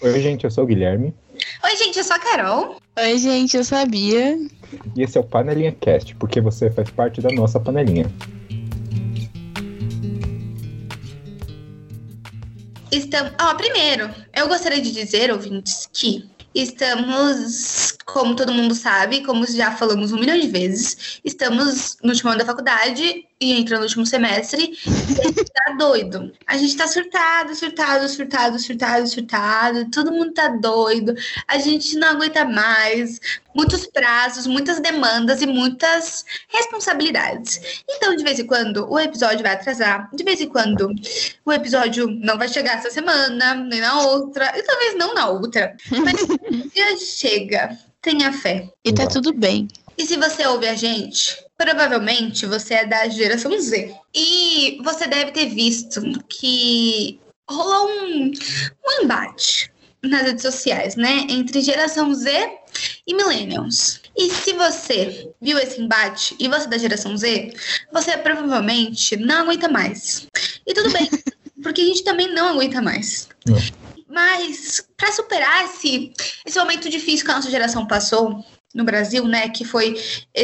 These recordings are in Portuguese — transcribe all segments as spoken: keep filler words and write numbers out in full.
Oi, gente, eu sou o Guilherme. Oi, gente, eu sou a Carol. Oi, gente, eu sou a Bia. E esse é o Panelinha Cast, porque você faz parte da nossa panelinha. Estamos... Ah, primeiro, eu gostaria de dizer, ouvintes, que estamos, como todo mundo sabe, como já falamos um milhão de vezes, estamos no último ano da faculdade e entrando no último semestre e a gente tá doido. A gente tá surtado, surtado, surtado, surtado, surtado. Todo mundo tá doido. A gente não aguenta mais. Muitos prazos, muitas demandas e muitas responsabilidades. Então, de vez em quando, o episódio vai atrasar. De vez em quando, o episódio não vai chegar essa semana, nem na outra. E talvez não na outra. Mas o dia chega. Tenha fé. E tá tudo bem. E se você ouve a gente, provavelmente você é da geração Z. E você deve ter visto que rolou um, um embate nas redes sociais, né? Entre geração Z e millennials. E se você viu esse embate e você é da geração Z, você provavelmente não aguenta mais. E tudo bem, porque a gente também não aguenta mais. Não. Mas para superar esse, esse momento difícil que a nossa geração passou no Brasil, né, que foi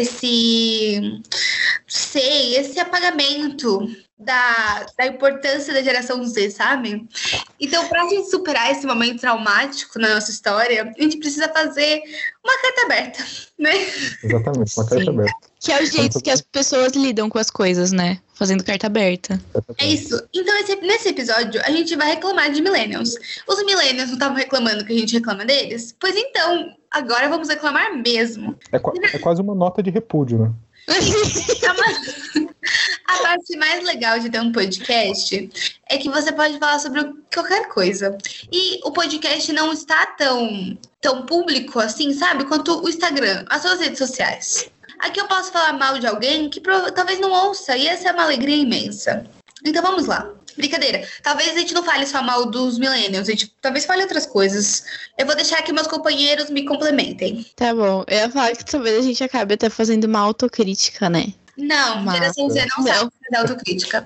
esse, sei, esse apagamento da, da importância da geração Z, sabe? Então, pra gente superar esse momento traumático na nossa história, a gente precisa fazer uma carta aberta, né? Exatamente, uma carta Sim. aberta. Que é o jeito que as pessoas lidam com as coisas, né? Fazendo carta aberta. É isso. Então, esse, nesse episódio, a gente vai reclamar de millennials. Os millennials não estavam reclamando que a gente reclama deles? Pois então, agora vamos reclamar mesmo. É, qua- é quase uma nota de repúdio, né? É uma... A parte mais legal de ter um podcast é que você pode falar sobre qualquer coisa. E o podcast não está tão, tão público assim, sabe? Quanto o Instagram, as suas redes sociais. Aqui eu posso falar mal de alguém que prova- talvez não ouça, e essa é uma alegria imensa. Então vamos lá. Brincadeira. Talvez a gente não fale só mal dos millennials, a gente talvez fale outras coisas. Eu vou deixar que meus companheiros me complementem. Tá bom. Eu ia falar que talvez a gente acabe até fazendo uma autocrítica, né? Não, Mas- geração Z não, não. sabe fazer autocrítica.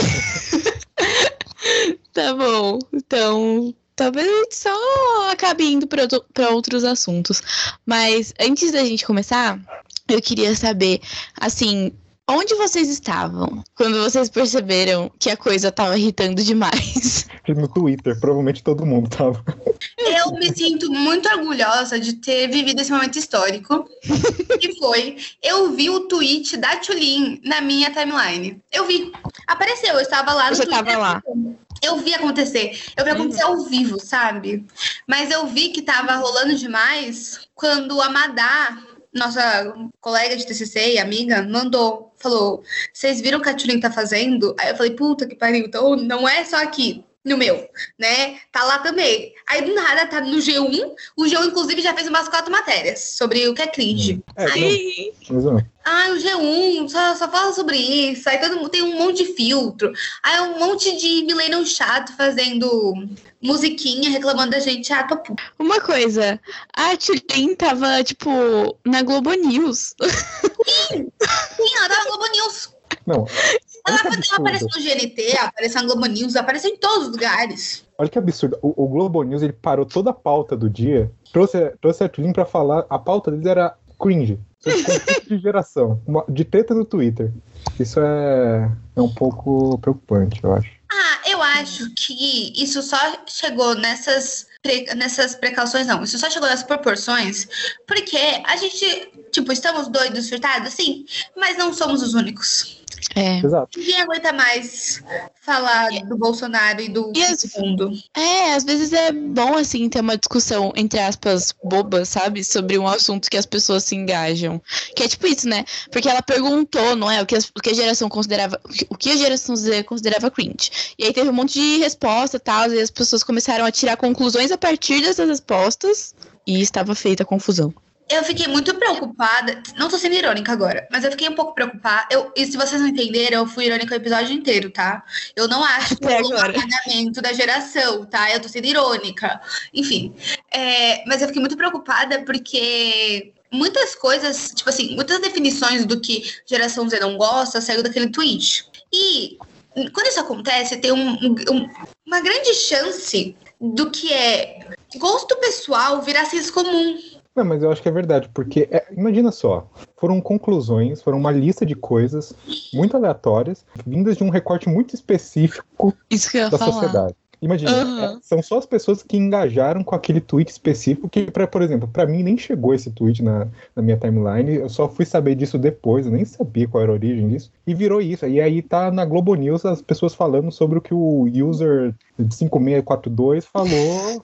Tá bom. Então, talvez a gente só acabe indo pra outro- pra outros assuntos. Mas antes da gente começar, eu queria saber, assim, onde vocês estavam quando vocês perceberam que a coisa tava irritando demais? No Twitter, provavelmente todo mundo tava. Eu me sinto muito orgulhosa de ter vivido esse momento histórico. Que foi, eu vi o tweet da Tulin na minha timeline. Eu vi. Apareceu, eu estava lá no Você Twitter. tava lá. Eu vi acontecer. Eu vi acontecer ao vivo, sabe? Mas eu vi que tava rolando demais quando a Madá, nossa colega de T C C e amiga, mandou, falou, vocês viram o que a Tulin tá fazendo? Aí eu falei, puta que pariu, então não é só aqui, no meu, né? Tá lá também. Aí do nada tá no G um, o G um inclusive já fez umas quatro matérias sobre o que é cringe. É, Aí, não, mas não. ai, o G um só, só fala sobre isso, aí todo mundo tem um monte de filtro, aí um monte de millennial chato fazendo musiquinha, reclamando da gente, ah, tô puta. Uma coisa, a Tulin tava, tipo, na Globo News. Sim, ela tava no Globo News. Não, Ela, olha que ela absurdo. aparece no G N T, aparece na Globo News, aparece em todos os lugares. Olha que absurdo. O, o Globo News, ele parou toda a pauta do dia, trouxe, trouxe a Tulin pra falar, a pauta deles era cringe. Conflito de geração, uma- de treta no Twitter. Isso é, é um pouco preocupante, eu acho. Ah, eu acho que isso só chegou nessas, pre- nessas precauções, não. Isso só chegou nessas proporções porque a gente, tipo, estamos doidos, surtados, sim, mas não somos os únicos. É. Exato. Ninguém aguenta mais falar do Bolsonaro e do E as- mundo. É, às vezes é bom, assim, ter uma discussão, entre aspas, boba, sabe? Sobre um assunto que as pessoas se engajam. Que é tipo isso, né? Porque ela perguntou, não é? O que, as- o que a geração considerava... O que a geração Z considerava cringe. E aí teve um monte de resposta e tal, e as pessoas começaram a tirar conclusões a partir dessas respostas. E estava feita a confusão. Eu fiquei muito preocupada, não tô sendo irônica agora, mas eu fiquei um pouco preocupada. Eu, e se vocês não entenderam, eu fui irônica o episódio inteiro, tá? Eu não acho que Até é um agora. apagamento da geração, tá? Eu tô sendo irônica. Enfim, é, mas eu fiquei muito preocupada porque muitas coisas, tipo assim, muitas definições do que geração Z não gosta saiu daquele tweet. E quando isso acontece, tem um, um- uma grande chance do que é gosto pessoal virar senso comum. Não, mas eu acho que é verdade, porque, é, imagina só, foram conclusões, foram uma lista de coisas muito aleatórias, vindas de um recorte muito específico Isso que eu ia da falar. sociedade. Imagina, Uhum. é, são só as pessoas que engajaram com aquele tweet específico, que, pra, por exemplo, pra mim nem chegou esse tweet na, na minha timeline, eu só fui saber disso depois, eu nem sabia qual era a origem disso, e virou isso. E aí tá na Globo News as pessoas falando sobre o que o user cinco seis quatro dois falou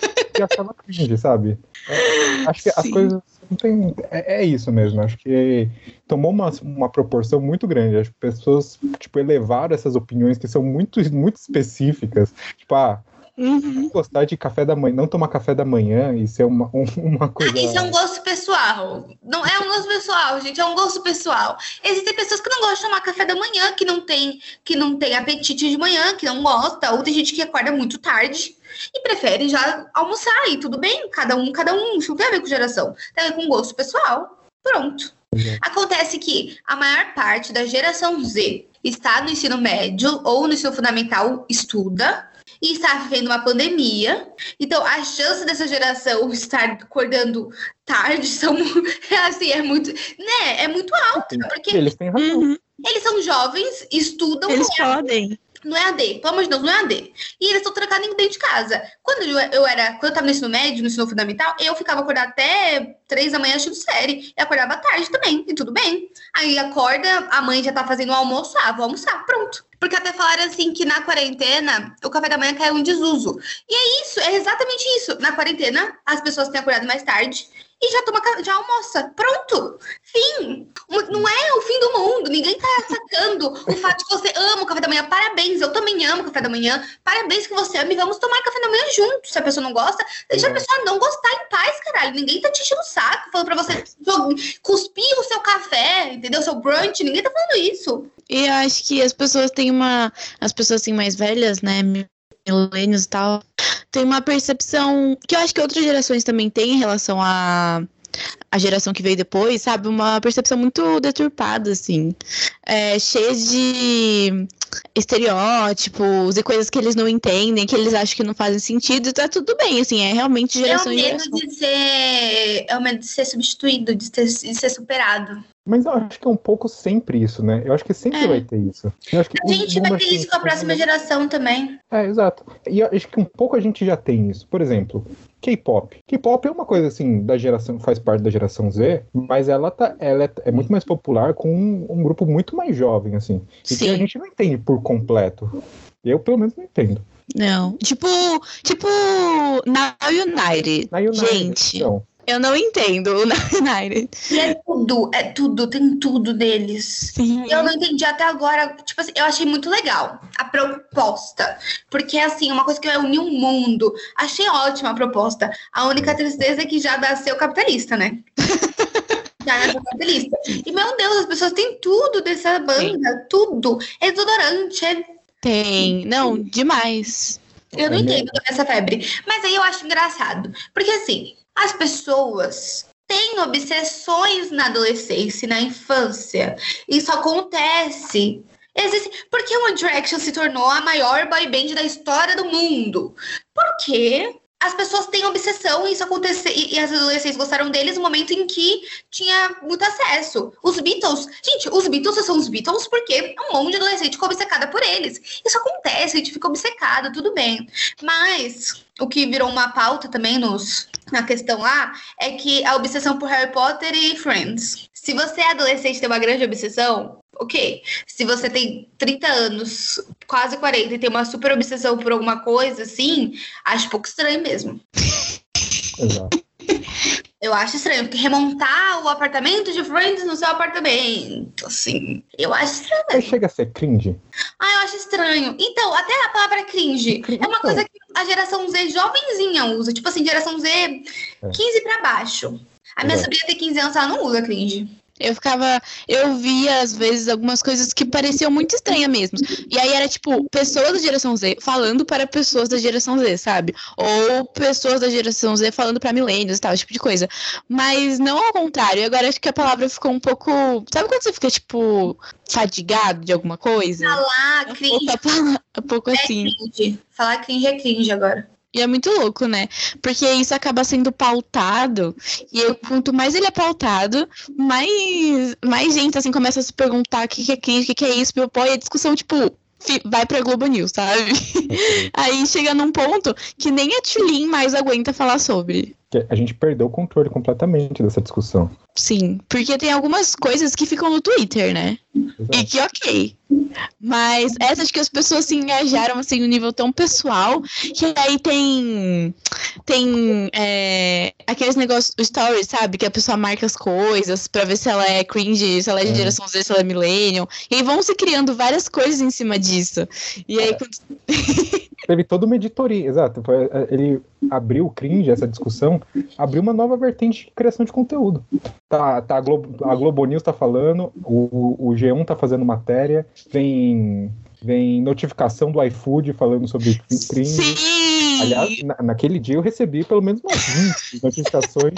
e achava cringe, sabe? É, acho que as Sim. coisas não tem. É, é isso mesmo. Acho que tomou uma, uma proporção muito grande. Acho que pessoas tipo, elevaram essas opiniões que são muito, muito específicas. Tipo, ah, Uhum. gostar de café da manhã, não tomar café da manhã, isso é uma, uma coisa. Isso é um gosto pessoal. Não é um gosto pessoal, gente, é um gosto pessoal. Existem pessoas que não gostam de tomar café da manhã, que não tem, que não tem apetite de manhã, que não gosta, ou tem gente que acorda muito tarde e prefere já almoçar, e tudo bem, cada um, cada um, isso não tem a ver com geração, tem a ver com gosto pessoal. Pronto. Exato. Acontece que a maior parte da geração Z está no ensino médio ou no ensino fundamental, estuda, e está vivendo uma pandemia. Então, a chance dessa geração estar acordando tarde são, assim, é muito, né, é muito alta, porque Eles têm razão. Uhum. eles são jovens, estudam, Eles não é, podem. não é A D, pelo amor de Deus, não é A D. E eles estão trancados dentro de casa. Quando eu, eu era, quando eu tava no ensino médio, no ensino fundamental, eu ficava acordada até três da manhã assistindo série. E acordava à tarde também, e tudo bem. Aí acorda, a mãe já tá fazendo o almoço, ah, vou almoçar, pronto. Porque até falaram assim que na quarentena o café da manhã caiu em desuso. E é isso, é exatamente isso. Na quarentena, as pessoas têm acordado mais tarde e já toma, já almoça. Pronto. Fim. Não é o fim do mundo. Ninguém tá atacando o fato de que você ama o café da manhã. Parabéns, eu também amo o café da manhã. Parabéns que você ama e vamos tomar café da manhã juntos. Se a pessoa não gosta, deixa a pessoa não gostar em paz, caralho. Ninguém tá te enchendo o saco, falando pra você cuspir o seu café, entendeu? O seu brunch. Ninguém tá falando isso. E eu acho que as pessoas têm uma. As pessoas assim mais velhas, né? Milênios e tal, tem uma percepção que eu acho que outras gerações também têm em relação à a geração que veio depois, sabe? Uma percepção muito deturpada, assim. É, cheia de estereótipos e coisas que eles não entendem, que eles acham que não fazem sentido, e tá tudo bem, assim, é realmente geração É o em medo geração. de ser. É o medo de ser substituído, de, ter, de ser superado. Mas eu acho que é um pouco sempre isso, né? Eu acho que sempre É. vai ter isso. Eu acho que A gente o vai mundo, ter isso com a assim, próxima geração também. É, exato. E eu acho que um pouco a gente já tem isso. Por exemplo, K-pop. K-pop é uma coisa assim, da geração, faz parte da geração Z, mas ela, tá, ela é, é muito mais popular com um, um grupo muito mais jovem, assim. E que a Sim. gente não entende por completo. Eu, pelo menos, não entendo. Não. Tipo, tipo, Now United. Na United, Gente, então, eu não entendo o Now United. E é tudo, é tudo, tem tudo deles. Sim. Eu não entendi até agora, tipo assim, eu achei muito legal a proposta. Porque, assim, uma coisa que é unir o mundo. Achei ótima a proposta. A única tristeza é que já nasceu capitalista, né? Já nasceu capitalista. E, meu Deus, as pessoas têm tudo dessa banda, tudo. É desodorante, é... Tem. Não, demais. Eu não É entendo essa febre. Mas aí eu acho engraçado. Porque, assim, as pessoas têm obsessões na adolescência e na infância. Isso acontece. Existe... Por que One Direction se tornou a maior boy band da história do mundo? Porque as pessoas têm obsessão e isso aconteceu. E, e as adolescentes gostaram deles no momento em que tinha muito acesso. Os Beatles, gente, os Beatles só são os Beatles porque é um monte de adolescente ficou obcecada por eles. Isso acontece, a gente fica obcecado, tudo bem. Mas o que virou uma pauta também nos, na questão lá é que a obsessão por Harry Potter e Friends. Se você é adolescente e tem uma grande obsessão, ok. Se você tem trinta anos, quase quarenta, e tem uma super obsessão por alguma coisa, assim, acho um pouco estranho mesmo. exato. Eu acho estranho, porque remontar o apartamento de Friends no seu apartamento, assim, eu acho estranho Aí mesmo. chega a ser cringe. Ah, eu acho estranho. Então, até a palavra cringe é uma coisa que a geração Z jovenzinha usa. Tipo assim, geração Z quinze pra baixo. A minha É. sobrinha tem quinze anos, ela não usa cringe. Eu ficava, eu via às vezes algumas coisas que pareciam muito estranhas mesmo. E aí era tipo, pessoas da geração Z falando para pessoas da geração Z, sabe? Ou pessoas da geração Z falando para milênios e tal, esse tipo de coisa. Mas não ao contrário. E agora acho que a palavra ficou um pouco. Sabe quando você fica, tipo, fadigado de alguma coisa? Falar Um cringe pouco, um pouco é assim. cringe. Falar cringe é cringe agora. E é muito louco, né? Porque isso acaba sendo pautado, e aí, quanto mais ele é pautado, mais, mais gente, assim, começa a se perguntar o que, que é cringe, o que, que é isso, meu pô, e a discussão, tipo, vai pra Globo News, sabe? Aí chega num ponto que nem a Tulin mais aguenta falar sobre. A gente perdeu o controle completamente dessa discussão. Sim, porque tem algumas coisas que ficam no Twitter, né? Exato. E que ok. Mas essas que as pessoas se engajaram assim no nível tão pessoal, que aí tem tem é, aqueles negócios, stories, sabe? Que a pessoa marca as coisas pra ver se ela é cringe, se ela é de É. geração Z, se ela é millennial. E aí vão se criando várias coisas em cima disso. E aí quando... Teve toda uma editoria, exato. Foi, ele abriu o cringe, essa discussão, abriu uma nova vertente de criação de conteúdo. Tá, tá, a, Globo, a Globo News tá falando, o, o G um tá fazendo matéria, vem, vem notificação do iFood falando sobre cringe. Sim! Aliás, na, naquele dia eu recebi pelo menos umas vinte notificações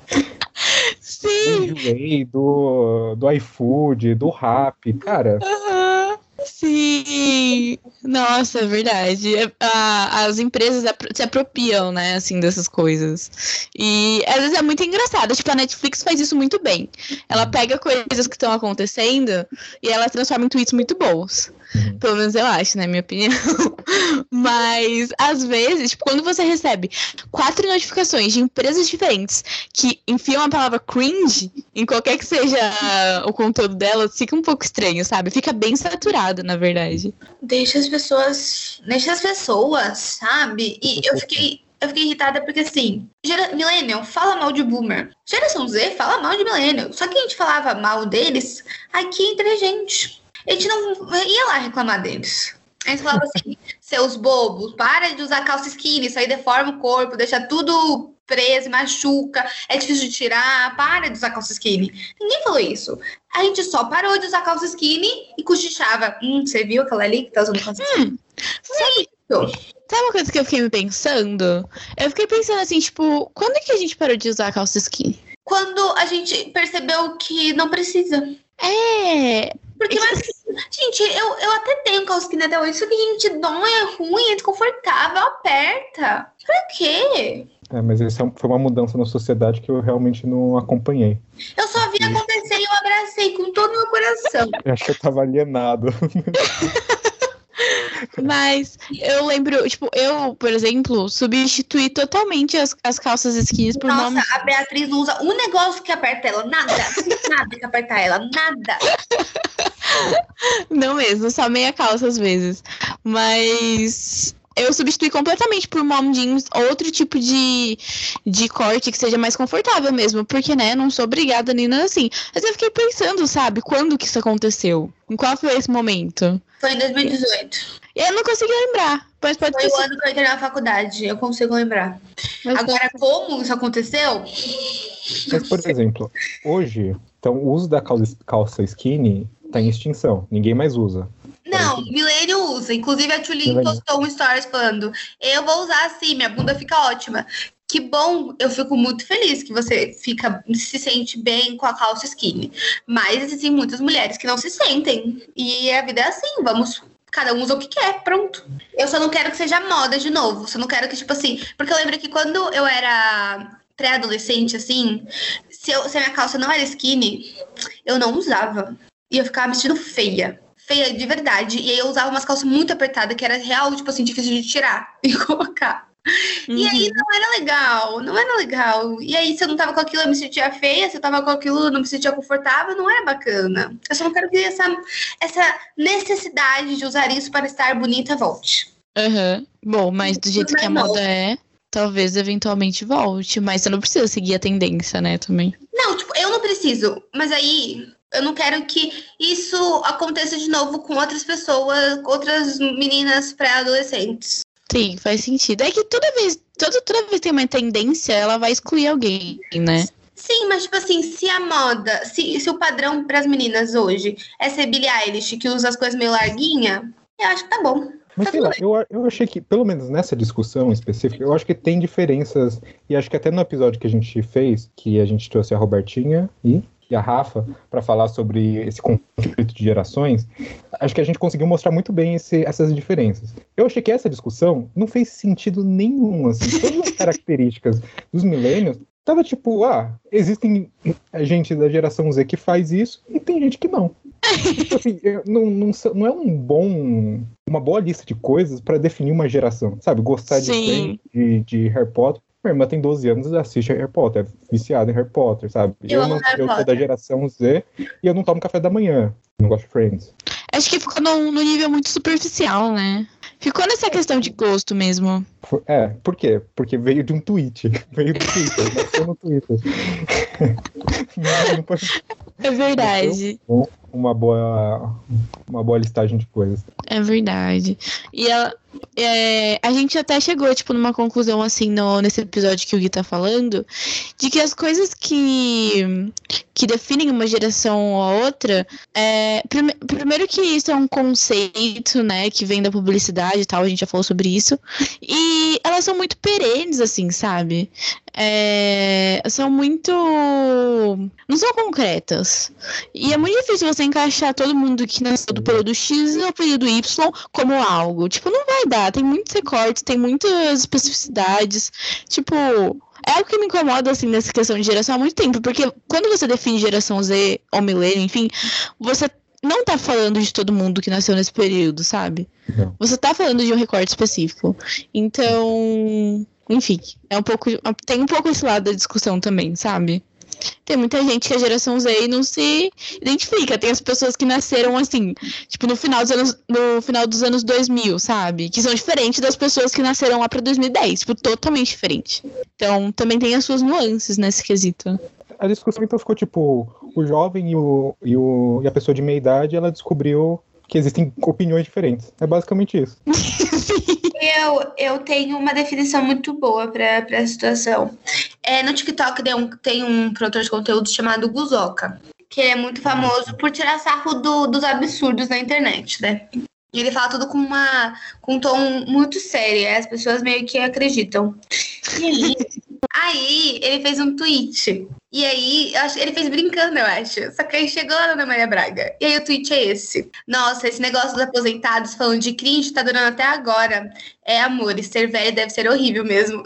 Sim! do Way, do, do iFood, do Rappi, cara. Aham. Sim! Nossa, é verdade. É, a- as empresas apro- se apropriam, né, assim, dessas coisas. E às vezes é muito engraçado. Tipo, a Netflix faz isso muito bem. Ela pega coisas que estão acontecendo e ela transforma em tweets muito bons. Uhum. Pelo menos eu acho, na minha opinião. Mas, às vezes, tipo, quando você recebe quatro notificações de empresas diferentes que enfiam a palavra cringe em qualquer que seja o conteúdo delas, fica um pouco estranho, sabe? Fica bem saturado, na verdade. Deixa as pessoas. Deixa as pessoas, sabe? E eu fiquei. Eu fiquei irritada porque, assim, gera... Millennial fala mal de Boomer. Geração Z fala mal de Millennial. Só que a gente falava mal deles aqui entre a gente. A gente não ia lá reclamar deles. A gente falava assim, seus bobos, para de usar calça skinny, isso aí deforma o corpo, deixa tudo preso, machuca, é difícil de tirar, para de usar calça skinny. Ninguém falou isso. A gente só parou de usar calça skinny e cochichava. Hum, você viu aquela ali que tá usando calça skinny? Hum, sabe, sabe uma coisa que eu fiquei me pensando? Eu fiquei pensando assim, tipo, quando é que a gente parou de usar calça skinny? Quando a gente percebeu que não precisa. É. Porque, mas, gente, eu, eu até tenho calça skinny até hoje, só que, gente, dói, é ruim, é desconfortável, aperta. Pra quê? É, mas essa foi uma mudança na sociedade que eu realmente não acompanhei. Eu só vi acontecer e eu abracei com todo o meu coração. Eu acho que eu tava alienado. Mas eu lembro, tipo, eu, por exemplo, substituí totalmente as, as calças skins por Nossa, uma... a Beatriz não usa um negócio que aperta ela, nada. Nada que aperta ela, nada. Não mesmo, só meia calça às vezes. Mas eu substituí completamente por mom jeans, outro tipo de, de corte que seja mais confortável mesmo, porque, né, não sou obrigada nem nada assim. Mas eu fiquei pensando, sabe, quando que isso aconteceu? Em qual foi esse momento? Foi em dois mil e dezoito. Eu não consegui lembrar, mas pode Foi ter o sido. ano que eu entrei na faculdade, eu consigo lembrar. Mas- Agora, como isso aconteceu? Mas, por exemplo, hoje, então, o uso da calça, calça skinny tá em extinção. Ninguém mais usa. Não, Milênio usa. Inclusive, a Tulin Milênio. postou um stories falando: eu vou usar assim, minha bunda fica ótima. Que bom, eu fico muito feliz que você fica, se sente bem com a calça skinny. Mas existem muitas mulheres que não se sentem. E a vida é assim, vamos. Cada um usa o que quer, pronto. Eu só não quero que seja moda de novo. Só não quero que, tipo assim. Porque eu lembro que quando eu era pré-adolescente, assim, se, eu, se a minha calça não era skinny, eu não usava. E eu ficava me sentindo feia. Feia de verdade. E aí eu usava umas calças muito apertadas, que era real, tipo assim, difícil de tirar e colocar. E aí Uhum. não era legal, não era legal. E aí, se eu não tava com aquilo, eu me sentia feia. Se eu tava com aquilo, eu não me sentia confortável, não era bacana. Eu só não quero que essa, essa necessidade de usar isso para estar bonita volte. Aham. Bom, mas do jeito que a Mas não. moda é, talvez eventualmente volte. Mas você não precisa seguir a tendência, né, também. Não, tipo, eu não preciso. Mas aí, eu não quero que isso aconteça de novo com outras pessoas, com outras meninas pré-adolescentes. Sim, faz sentido. É que toda vez, toda, toda vez que tem uma tendência, ela vai excluir alguém, né? Sim, mas tipo assim, se a moda, se, se o padrão para as meninas hoje é ser Billie Eilish, que usa as coisas meio larguinha, eu acho que tá bom. Mas Tá sei tudo lá, eu, eu achei que, pelo menos nessa discussão específica, eu acho que tem diferenças, e acho que até no episódio que a gente fez, que a gente trouxe a Robertinha e e a Rafa para falar sobre esse conflito de gerações, acho que a gente conseguiu mostrar muito bem esse, essas diferenças. Eu achei que essa discussão não fez sentido nenhum, assim, todas as características dos millennials tava tipo, ah, existem gente da geração Z que faz isso e tem gente que não. Tipo assim, não, não, não é um bom, uma boa lista de coisas para definir uma geração, sabe? Gostar de, Friends, de, de Harry Potter. Minha irmã tem doze anos e assiste Harry Potter, é viciada em Harry Potter, sabe? Eu, eu, não, Harry eu sou Potter. da geração Z e eu não tomo café da manhã, não gosto de Friends. Acho que ficou num, num nível muito superficial, né? Ficou nessa questão de gosto mesmo. É, por quê? Porque veio de um tweet. Veio do Twitter, nasceu no Twitter. Não, não pode... É verdade. Não foi uma boa, uma boa listagem de coisas. É verdade. E ela, é, a gente até chegou, tipo, numa conclusão, assim, no, nesse episódio que o Gui tá falando, de que as coisas que, que definem uma geração ou a outra, é, prime, primeiro que isso é um conceito, né, que vem da publicidade e tal, a gente já falou sobre isso, e elas são muito perenes, assim, sabe? É, são muito... não são concretas. E é muito difícil você encaixar todo mundo que nasceu do período X no período Y como algo. Tipo, não vai dar. Tem muitos recortes, tem muitas especificidades. Tipo, é algo que me incomoda, assim, nessa questão de geração há muito tempo. Porque quando você define geração Z ou milênio, enfim, você não tá falando de todo mundo que nasceu nesse período, sabe? Não. Você tá falando de um recorte específico. Então... enfim, é um pouco, tem um pouco esse lado da discussão também, sabe? Tem muita gente que a geração Z não se identifica. Tem as pessoas que nasceram assim, tipo, no final dos anos, no final dos anos dois mil, sabe? Que são diferentes das pessoas que nasceram lá pra dois mil e dez, tipo, totalmente diferente. Então, também tem as suas nuances nesse quesito. A discussão então ficou tipo, o jovem e, o, e, o, e a pessoa de meia idade, ela descobriu que existem opiniões diferentes. É basicamente isso. Eu, eu tenho uma definição muito boa para a situação. É, no TikTok tem um, tem um produtor de conteúdo chamado Guzoca, que ele é muito famoso por tirar sarro do, dos absurdos na internet, né? E ele fala tudo com, uma, com um tom muito sério, e as pessoas meio que acreditam. E aí, aí ele fez um tweet. E aí, eu acho, ele fez brincando, eu acho. Só que aí chegou a Ana Maria Braga. E aí o tweet é esse. Nossa, esse negócio dos aposentados falando de cringe tá durando até agora. É, amor, ser velho deve ser horrível mesmo.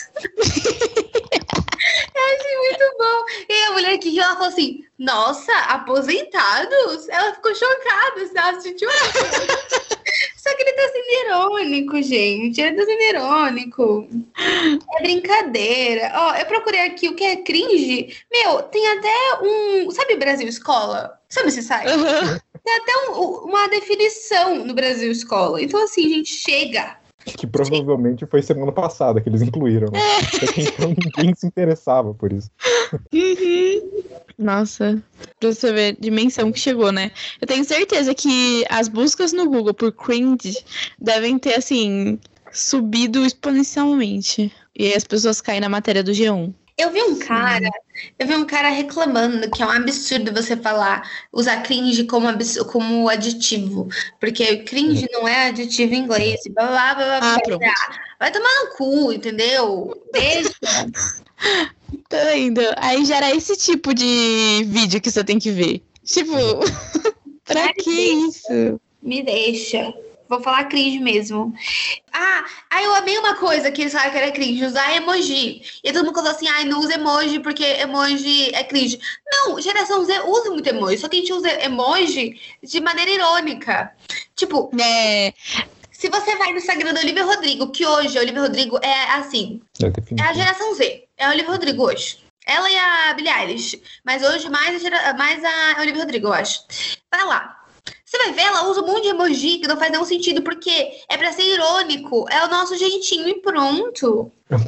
Eu achei muito bom. E aí a mulher que riu, ela falou assim, nossa, aposentados? Ela ficou chocada, ela se sentiu... Só que ele tá sendo irônico, gente. Ele tá sendo irônico. É brincadeira. Ó, eu procurei aqui o que é cringe. Meu, tem até um... Sabe Brasil Escola? Sabe esse site? Uhum. Tem até um, uma definição no Brasil Escola. Então, assim, gente, chega. Que provavelmente foi semana passada que eles incluíram. Né? Então ninguém se interessava por isso. Uhum. Nossa, pra você ver a dimensão que chegou, né? Eu tenho certeza que as buscas no Google por cringe devem ter, assim, subido exponencialmente. E aí as pessoas caem na matéria do G um. Eu vi um cara, eu vi um cara reclamando que é um absurdo você falar, usar cringe como, abs- como aditivo. Porque cringe não é aditivo em inglês. Blá, blá, blá, blá, Ah, blá, pronto. blá. Vai tomar no cu, entendeu? Deixa. Tá vendo? Aí gera esse tipo de vídeo que você tem que ver. Tipo, pra Ai, que deixa. isso? Me deixa. Vou falar cringe mesmo. Ah, aí eu amei uma coisa que eles falaram que era cringe, usar emoji. E todo mundo falou assim, ai, não usa emoji porque emoji é cringe. Não, geração Z usa muito emoji, só que a gente usa emoji de maneira irônica. Tipo, É, se você vai no Instagram da Olivia Rodrigo, que hoje a Olivia Rodrigo é assim, É, é a definitivo. geração Z, é a Olivia Rodrigo hoje. Ela e a Billie Eilish, mas hoje mais a, gera- mais a Olivia Rodrigo, eu acho. Vai lá. Você vai ver, ela usa um monte de emoji que não faz nenhum sentido, porque é pra ser irônico, é o nosso jeitinho e pronto.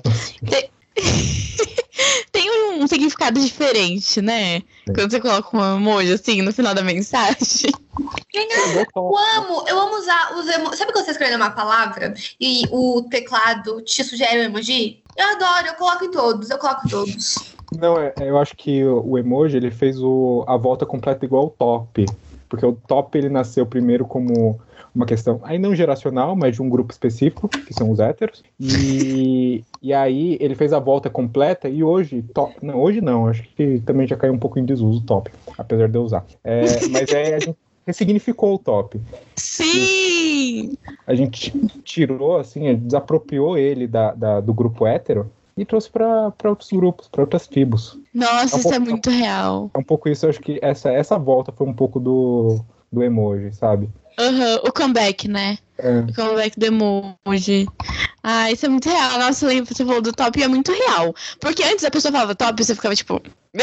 tem um significado diferente, né? Quando você coloca um emoji assim no final da mensagem. É engraçado. Eu amo, eu amo usar os emojis. Sabe quando você escreve uma palavra e o teclado te sugere um emoji? Eu adoro, eu coloco em todos, eu coloco em todos. Não, é, eu acho que o, o emoji ele fez o, a volta completa igual o top. Porque o top ele nasceu primeiro como uma questão, aí não geracional, mas de um grupo específico, que são os héteros. E, e aí ele fez a volta completa e hoje, top, não, hoje não, acho que também já caiu um pouco em desuso o top, apesar de eu usar. É, mas aí a gente ressignificou o top. Sim! A gente tirou, assim, desapropriou ele da, da, do grupo hétero e trouxe para outros grupos, para outras tribos. Nossa, é um isso pouco, é muito real. É um pouco isso, eu acho que essa, essa volta foi um pouco do, do emoji, sabe? Uhum, o comeback, né? É. O comeback do emoji. Ah, isso é muito real. Nossa, você falou do top e é muito real. Porque antes a pessoa falava top e você ficava tipo...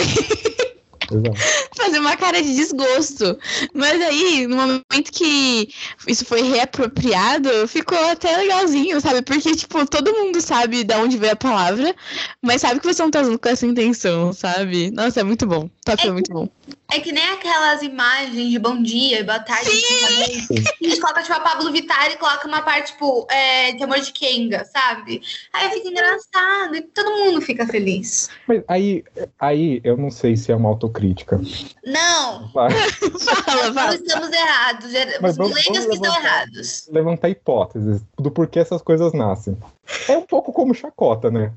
fazer uma cara de desgosto. Mas aí, no momento que isso foi reapropriado, ficou até legalzinho, sabe? Porque, tipo, todo mundo sabe de onde veio a palavra, mas sabe que você não tá usando com essa intenção, sabe? Nossa, é muito bom. Top é, é muito bom. É que nem aquelas imagens de bom dia, boa tarde. Sim! A gente coloca, tipo, a Pablo Vittar e coloca uma parte, tipo, é, de amor de Kenga, sabe? Aí fica engraçado e todo mundo fica feliz. Mas aí, aí eu não sei se é uma autocrítica. Não! Vai. fala, fala. Nós estamos errados. Os milênios que estão errados. Levantar hipóteses do porquê essas coisas nascem. É um pouco como chacota, né?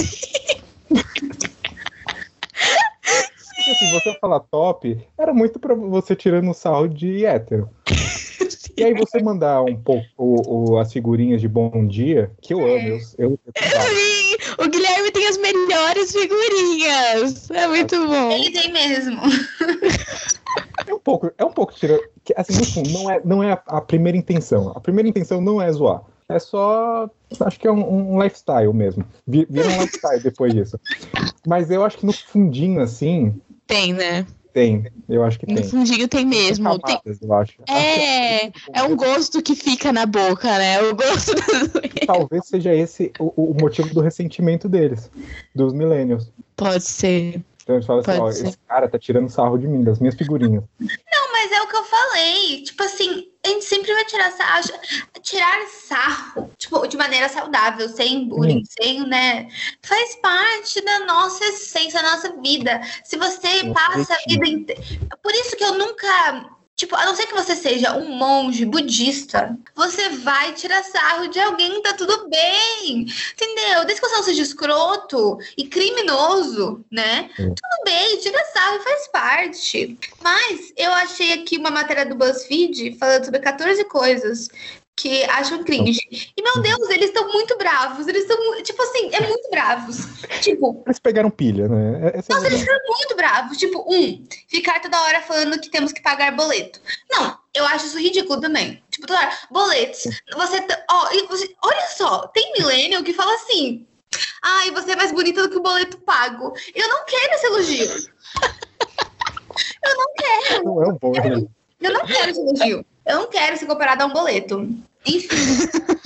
Porque, assim, você falar top, era muito pra você tirando sarro de hétero. E aí você mandar um pouco o, o, as figurinhas de bom dia, que eu amo. Eu, eu, eu Sim, o Guilherme tem as melhores figurinhas. É muito bom. Ele tem mesmo. É um pouco, é um pouco tirando. Assim, no fundo, não é, não é a, a primeira intenção. A primeira intenção não é zoar. É só. Acho que é um, um lifestyle mesmo. Vira um lifestyle depois disso. Mas eu acho que no fundinho, assim. Tem, né? Tem, eu acho que tem. No fundinho tem mesmo. Tem camadas, tem... eu acho. É, acho que é, é um gosto que fica na boca, né? O gosto do... Talvez seja esse o, o motivo do ressentimento deles, dos millennials. Pode ser. Então eles falam assim, ó, esse cara tá tirando sarro de mim, das minhas figurinhas. Não, mas é o que eu falei. Tipo assim, a gente sempre vai tirar sarro. Tirar sarro, tipo, de maneira saudável, sem bullying, hum. sem, né? Faz parte da nossa essência, da nossa vida. Se você eu passa a vida inteira... Por isso que eu nunca... Tipo, a não ser que você seja um monge budista, você vai tirar sarro de alguém, tá tudo bem, entendeu? Desde que você não seja escroto e criminoso, né? É. Tudo bem, tira sarro e faz parte. Mas eu achei aqui uma matéria do BuzzFeed falando sobre catorze coisas que acham cringe. E, meu Deus, eles estão muito bravos. Eles estão, tipo assim, é muito bravos. Tipo... Eles pegaram pilha, né? Essa nossa, é eles estão muito bravos. Tipo, um, ficar toda hora falando que temos que pagar boleto. Não, eu acho isso ridículo também. Tipo, toda hora, boletos. Você, ó, você, olha só, tem millennial que fala assim, ai, você é mais bonita do que o boleto pago. Eu não quero esse elogio. Eu não quero. Não é um bom, né? Eu não quero esse elogio. Eu não quero ser comparado a um boleto. Enfim.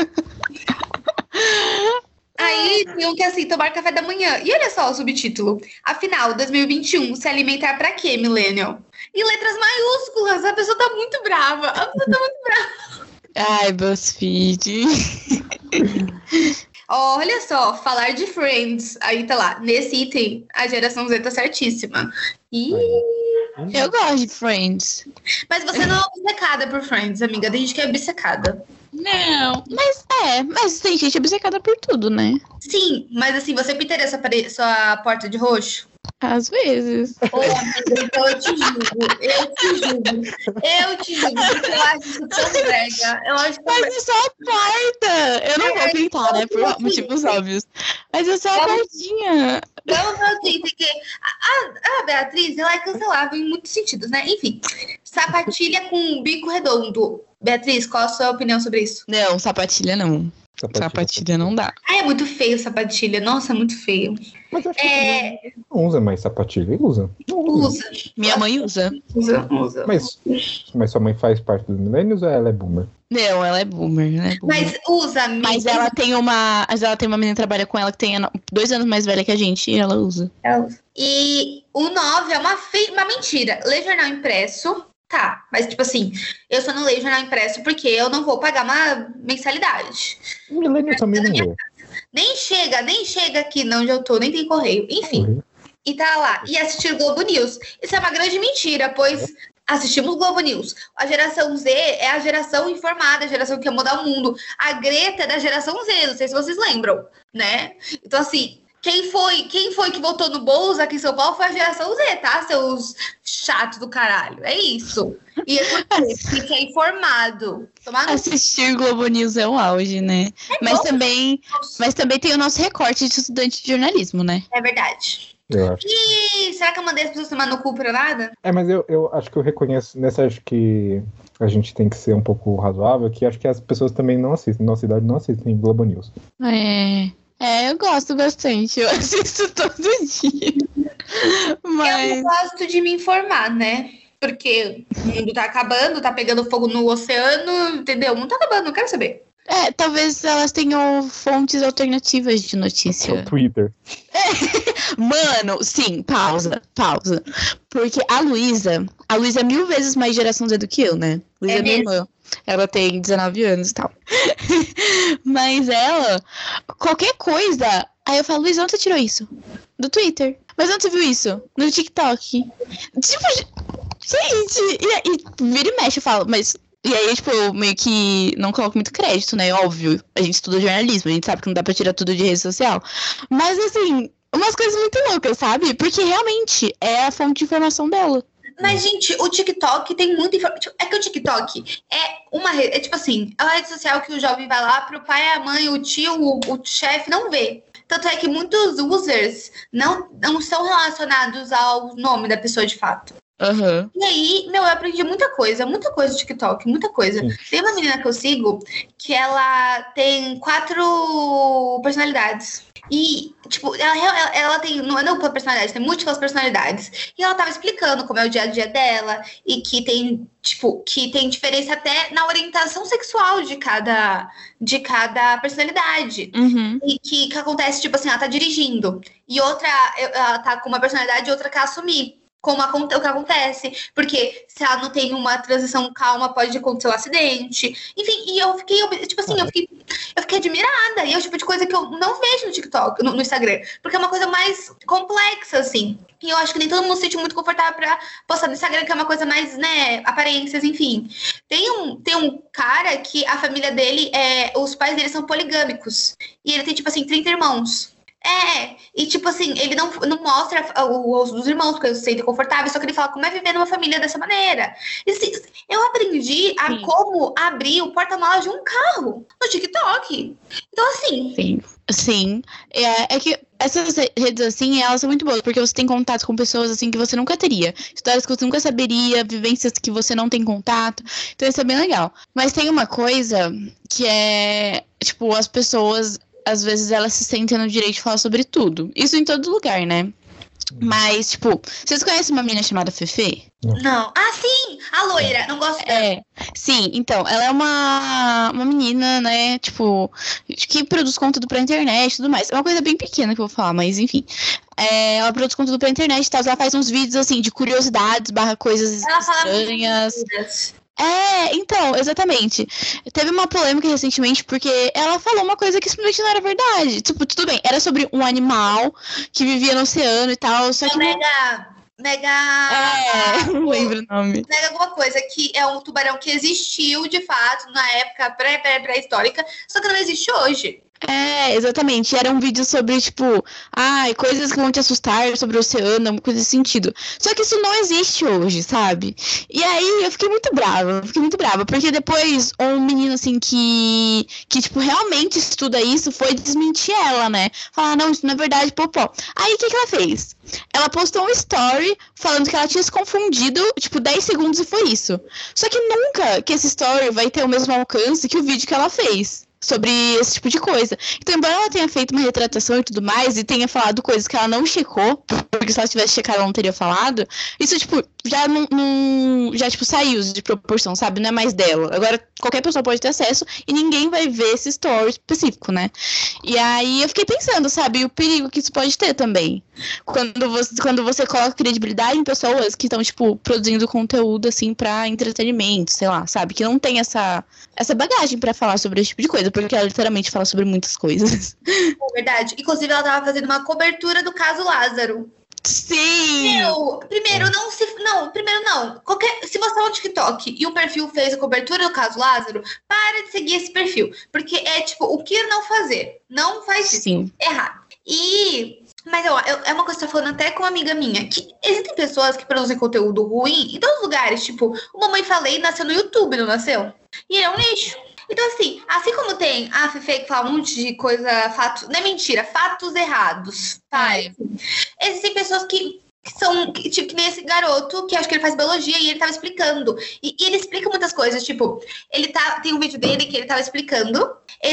Aí tem um que é assim, tomar café da manhã. E olha só o subtítulo. Afinal, dois mil e vinte e um, se alimentar pra quê, millennial? E letras maiúsculas. A pessoa tá muito brava. A pessoa tá muito brava. Ai, BuzzFeed. Olha só, falar de Friends. Aí tá lá, nesse item, a geração Z tá certíssima. Ih... Eu gosto de Friends. Mas você não é obcecada por Friends, amiga. Tem gente que é obcecada. Não, mas é, mas tem gente obcecada por tudo, né? Sim, mas assim, você pintaria sua, pare... sua porta de roxo? Às vezes. Ô, amiga, então eu te julgo. Eu te julgo. Eu te julgo, porque eu acho isso tão brega. Eu acho mas é só a porta. Eu não é, vou pintar, né? Por motivos óbvios. Mas é só a portinha. Não, não, assim, porque a, a Beatriz, ela é cancelável em muitos sentidos, né? Enfim, sapatilha com bico redondo. Beatriz, qual a sua opinião sobre isso? Não, sapatilha não. Sapatilha, sapatilha não dá. Ah, é muito feio sapatilha. Nossa, muito feio. Mas eu acho é... que não usa mais sapatilha. Ele usa. Não usa. usa. Minha mãe usa. Usa, usa. Mas, mas sua mãe faz parte dos millennials ou ela é boomer? Não, ela é boomer, ela é boomer. Mas usa, amiga. Mas ela tem uma. Mas ela tem uma menina que trabalha com ela que tem dois anos mais velha que a gente e ela usa. Ela usa. E o nove é uma, fe... uma mentira. Ler jornal impresso. Tá, mas tipo assim, eu só não leio jornal impresso porque eu não vou pagar uma mensalidade. O millennial também não lê. Nem chega, nem chega aqui não, onde eu tô, nem tem correio. Enfim, uhum. E tá lá. E assistir Globo News. Isso é uma grande mentira, pois assistimos Globo News. A geração Z é a geração informada, a geração que quer mudar o mundo. A Greta é da geração Z, não sei se vocês lembram, né? Então, assim, quem foi, quem foi que votou no Boulos aqui em São Paulo foi a geração Z, tá? Seus chatos do caralho. É isso. E fica informado. Tomar no... Assistir Globo News é o auge, né? É mas, também, mas também tem o nosso recorte de estudante de jornalismo, né? É verdade. Eu acho. E será que eu mandei as pessoas tomar no cu pra nada? É, mas eu, eu acho que eu reconheço, nessa acho que a gente tem que ser um pouco razoável, que acho que as pessoas também não assistem, nossa idade não assistem Globo News. É, é eu gosto bastante, eu assisto todo dia. Mas... Eu gosto de me informar, né? Porque o mundo tá acabando, tá pegando fogo no oceano, entendeu? O mundo tá acabando, não quero saber. É, talvez elas tenham fontes alternativas de notícia. O Twitter. É. Mano, sim, pausa, pausa. Porque a Luísa, a Luísa é mil vezes mais geração Z do que eu, né? Luísa é minha irmã. Ela tem dezenove anos e tal. Mas ela, qualquer coisa... Aí eu falo, Luísa, onde você tirou isso? Do Twitter. Mas onde você viu isso? No TikTok. Tipo, gente, e, e vira e mexe, eu falo, mas... E aí, tipo, eu meio que não coloco muito crédito, né? Óbvio, a gente estuda jornalismo, a gente sabe que não dá pra tirar tudo de rede social. Mas, assim, umas coisas muito loucas, sabe? Porque realmente é a fonte de informação dela. Mas, gente, o TikTok tem muita informação. É que o TikTok é uma rede. É tipo assim, é uma rede social que o jovem vai lá pro pai, a mãe, o tio, o, o chefe não vê. Tanto é que muitos users não, não são relacionados ao nome da pessoa de fato. Uhum. E aí, meu, eu aprendi muita coisa, muita coisa do TikTok, muita coisa. Sim. Tem uma menina que eu sigo que ela tem quatro personalidades. E, tipo, ela, ela, ela tem, não é não personalidade, tem múltiplas personalidades. E ela tava explicando como é o dia a dia dela e que tem, tipo, que tem diferença até na orientação sexual de cada, de cada personalidade. Uhum. E que, que acontece, tipo assim, ela tá dirigindo. E outra, ela tá com uma personalidade e outra quer assumir. Como o que acontece, porque se ela não tem uma transição calma, pode acontecer um acidente. Enfim, e eu fiquei, tipo assim, eu fiquei, eu fiquei admirada. E é o tipo de coisa que eu não vejo no TikTok, no, no Instagram. Porque é uma coisa mais complexa, assim. E eu acho que nem todo mundo se sente muito confortável pra postar no Instagram, que é uma coisa mais, né, aparências, enfim. Tem um, tem um cara que a família dele, é, os pais dele são poligâmicos. E ele tem, tipo assim, trinta irmãos. É, e tipo assim, ele não, não mostra os dos irmãos, porque se sente confortável, só que ele fala como é viver numa família dessa maneira. E assim, eu aprendi a Sim. como abrir o porta-malas de um carro no TikTok. Então, assim... Sim, Sim. É, é que essas redes assim, elas são muito boas, porque você tem contato com pessoas assim que você nunca teria. Histórias que você nunca saberia, vivências que você não tem contato. Então isso é bem legal. Mas tem uma coisa que é, tipo, as pessoas... Às vezes elas se sentem no direito de falar sobre tudo. Isso em todo lugar, né? Mas, tipo, vocês conhecem uma menina chamada Fefe? Não. Ah, sim! A loira, não gosto dela. É, sim, então, ela é uma, uma menina, né, tipo, que produz conteúdo pra internet e tudo mais. É uma coisa bem pequena que eu vou falar, mas enfim. É, ela produz conteúdo pra internet e tal, ela faz uns vídeos, assim, de curiosidades, barra coisas ela estranhas. Fala É, então, exatamente. Teve uma polêmica recentemente porque ela falou uma coisa que simplesmente não era verdade. Tipo, tudo bem, era sobre um animal que vivia no oceano e tal, só que... Mega... Mega... É, não lembro o nome. Mega alguma coisa, que é um tubarão que existiu, de fato, na época pré-pré-pré-histórica, só que não existe hoje. É, exatamente. Era um vídeo sobre, tipo, ai, coisas que vão te assustar sobre o oceano, uma coisa desse sentido. Só que isso não existe hoje, sabe? E aí eu fiquei muito brava, fiquei muito brava, porque depois um menino, assim, que, que tipo, realmente estuda isso, foi desmentir ela, né? Falar, não, isso não é verdade, popó. Aí o que que ela fez? Ela postou um story falando que ela tinha se confundido, tipo, dez segundos e foi isso. Só que nunca que esse story vai ter o mesmo alcance que o vídeo que ela fez sobre esse tipo de coisa. Então, embora ela tenha feito uma retratação e tudo mais, e tenha falado coisas que ela não checou, porque se ela tivesse checado, ela não teria falado, isso, tipo, já não, não já, tipo, saiu de proporção, sabe? Não é mais dela. Agora, qualquer pessoa pode ter acesso e ninguém vai ver esse story específico, né? E aí, eu fiquei pensando, sabe? O perigo que isso pode ter também. Quando você, quando você coloca credibilidade em pessoas que estão, tipo, produzindo conteúdo, assim, pra entretenimento, sei lá, sabe? Que não tem essa, essa bagagem pra falar sobre esse tipo de coisa, porque ela literalmente fala sobre muitas coisas. É verdade. Inclusive, ela tava fazendo uma cobertura do caso Lázaro. Sim! Meu, primeiro não se. Não, primeiro não. Qualquer, se você é um TikTok e um perfil fez a cobertura do caso Lázaro, para de seguir esse perfil. Porque é tipo, o que não fazer? Não faz isso. Sim. Errado. E. Mas eu, eu, é uma coisa que eu tô falando até com uma amiga minha, que existem pessoas que produzem conteúdo ruim em todos os lugares. Tipo, o Mamãe Falei nasceu no YouTube, não nasceu? E é um lixo. Então, assim, assim como tem a Fefe que fala um monte de coisa, fatos, não é mentira, fatos errados, tá? É. Existem pessoas que, que são, que, tipo, que nem esse garoto, que acho que ele faz biologia e ele tava explicando. E, e ele explica muitas coisas, tipo, ele tá, tem um vídeo dele que ele tava explicando,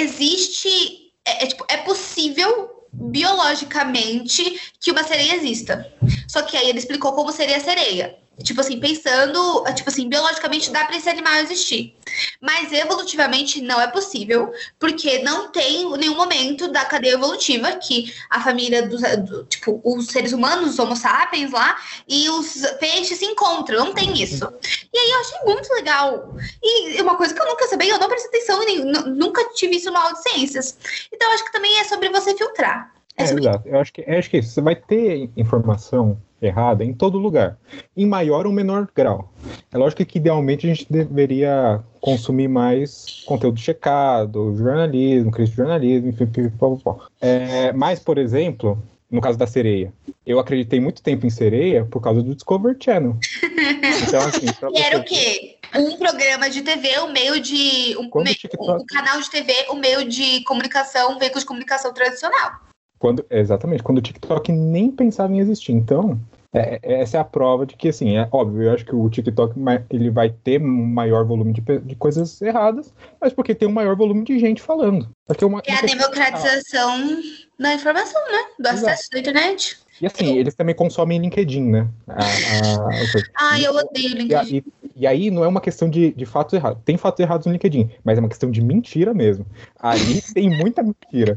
existe, é, é, tipo, é possível biologicamente que uma sereia exista. Só que aí ele explicou como seria a sereia. Tipo assim, pensando, tipo assim, biologicamente dá pra esse animal existir. Mas evolutivamente não é possível, porque não tem nenhum momento da cadeia evolutiva que a família dos, do, tipo, os seres humanos, os homo sapiens lá, e os peixes se encontram. Não tem isso. E aí eu achei muito legal. E uma coisa que eu nunca sabia, eu não prestei atenção em nunca tive isso no aula de ciências. Então eu acho que também é sobre você filtrar. É, É sobre... exato. Eu acho que, eu acho que é isso. Você vai ter informação errada em todo lugar, em maior ou menor grau. É lógico que idealmente a gente deveria consumir mais conteúdo checado, jornalismo, crítico de jornalismo, enfim, pipipopopó. É, mas, por exemplo, no caso da sereia, eu acreditei muito tempo em sereia por causa do Discovery Channel. Então, assim, pra E era você- o quê? Um programa de T V, o meio de. Um, Quando meio, o TikTok- um canal de T V, o meio de comunicação, um veículo de comunicação tradicional. Quando, exatamente, quando o TikTok nem pensava em existir. Então, é, é, essa é a prova de que, assim, é óbvio, eu acho que o TikTok ele vai ter um maior volume de, pe- de coisas erradas, mas porque tem um maior volume de gente falando. Porque é uma, É uma a questão- democratização da informação, né? Do Exato. acesso da internet. E assim, eles também consomem LinkedIn, né? A, a- o coisa. Ai, eu odeio o E, a- LinkedIn. e- e aí não é uma questão de, de fatos errados. Tem fatos errados no LinkedIn, mas é uma questão de mentira mesmo. Ali tem muita mentira.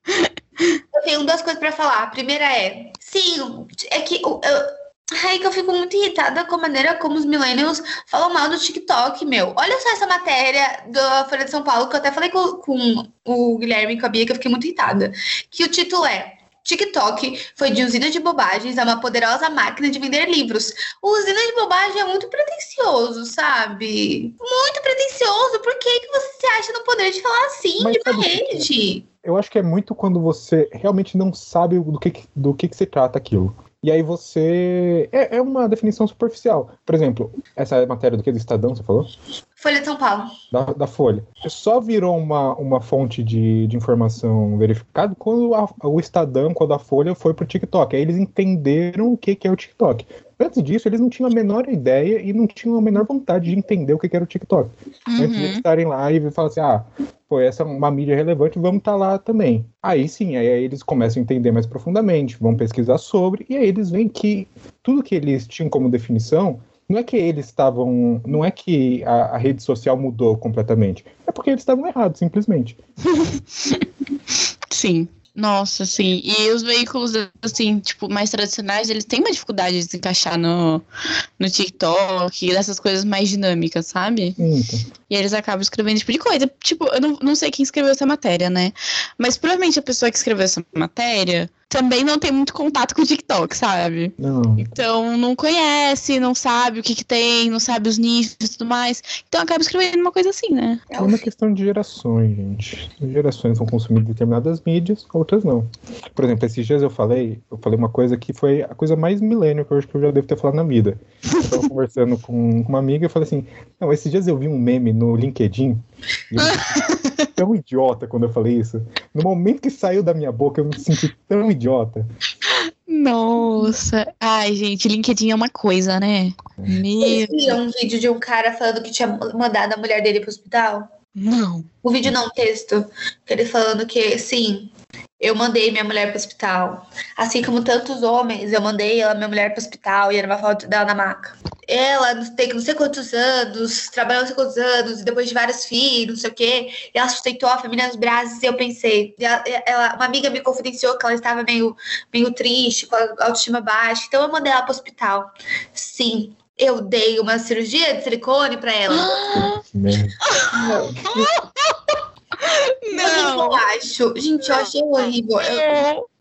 Eu tenho duas coisas pra falar. A primeira é, sim, é que eu, eu, ai, que eu fico muito irritada com a maneira como os millennials falam mal do TikTok, meu. Olha só essa matéria da Folha de São Paulo, que eu até falei com, com o Guilherme e com a Bia, que eu fiquei muito irritada. Que o título é TikTok foi de usina de bobagens a uma poderosa máquina de vender livros. O usina de bobagem é muito pretencioso, sabe? Muito pretencioso. Por que, que você se acha no poder de falar assim Mas de uma sabe o que que é? rede? Eu acho que é muito quando você realmente não sabe do que, do que, que se trata aquilo. E aí você... É, é uma definição superficial. Por exemplo, essa matéria do que? Do Estadão, você falou? Folha de São Paulo. Da, da Folha. Só virou uma, uma fonte de, de informação verificada quando a, o Estadão, quando a Folha foi pro TikTok. Aí eles entenderam o que, que é o TikTok. Antes disso, eles não tinham a menor ideia e não tinham a menor vontade de entender o que, que era o TikTok. Uhum. Antes de eles estarem lá e falar assim, ah, pô, essa é uma mídia relevante, vamos estar lá também. Aí sim, aí eles começam a entender mais profundamente, vão pesquisar sobre, e aí eles veem que tudo que eles tinham como definição, não é que eles estavam, não é que a, a rede social mudou completamente, é porque eles estavam errados, simplesmente. Sim. Nossa, sim. E os veículos, assim, tipo, mais tradicionais, eles têm uma dificuldade de se encaixar no, no TikTok, nessas coisas mais dinâmicas, sabe? Então, E aí eles acabam escrevendo esse tipo de coisa. Tipo, eu não, não sei quem escreveu essa matéria, né? Mas provavelmente a pessoa que escreveu essa matéria também não tem muito contato com o TikTok, sabe? não. Então não conhece, não sabe o que que tem, não sabe os nichos e tudo mais. Então acaba escrevendo uma coisa assim, né? É uma questão de gerações, gente. Gerações vão consumir determinadas mídias, outras não. Por exemplo, esses dias eu falei, eu falei uma coisa que foi a coisa mais milênio que eu acho que eu já devo ter falado na vida. Eu tava conversando com uma amiga e eu falei assim, não, esses dias eu vi um meme no LinkedIn e eu me senti tão idiota quando eu falei isso. No momento que saiu da minha boca, eu me senti tão idiota. Nossa. Ai, gente, LinkedIn é uma coisa, né? Meu. Vocês viram um vídeo de um cara falando que tinha mandado a mulher dele pro hospital? Não. O vídeo não, o texto. Ele falando que, sim, eu mandei minha mulher pro hospital. Assim como tantos homens, eu mandei ela, minha mulher pro hospital, e era uma foto dela na maca. Ela tem não sei quantos anos, trabalhou não sei quantos anos, e depois de vários filhos, não sei o quê, e ela sustentou a família nos braços, e eu pensei, ela, ela- uma amiga me confidenciou que ela estava meio, meio triste, com a autoestima baixa, então eu mandei ela pro hospital. Sim, eu dei uma cirurgia de silicone pra ela. Que merda. Sabe o que eu acho? Gente, eu achei horrível. Eu,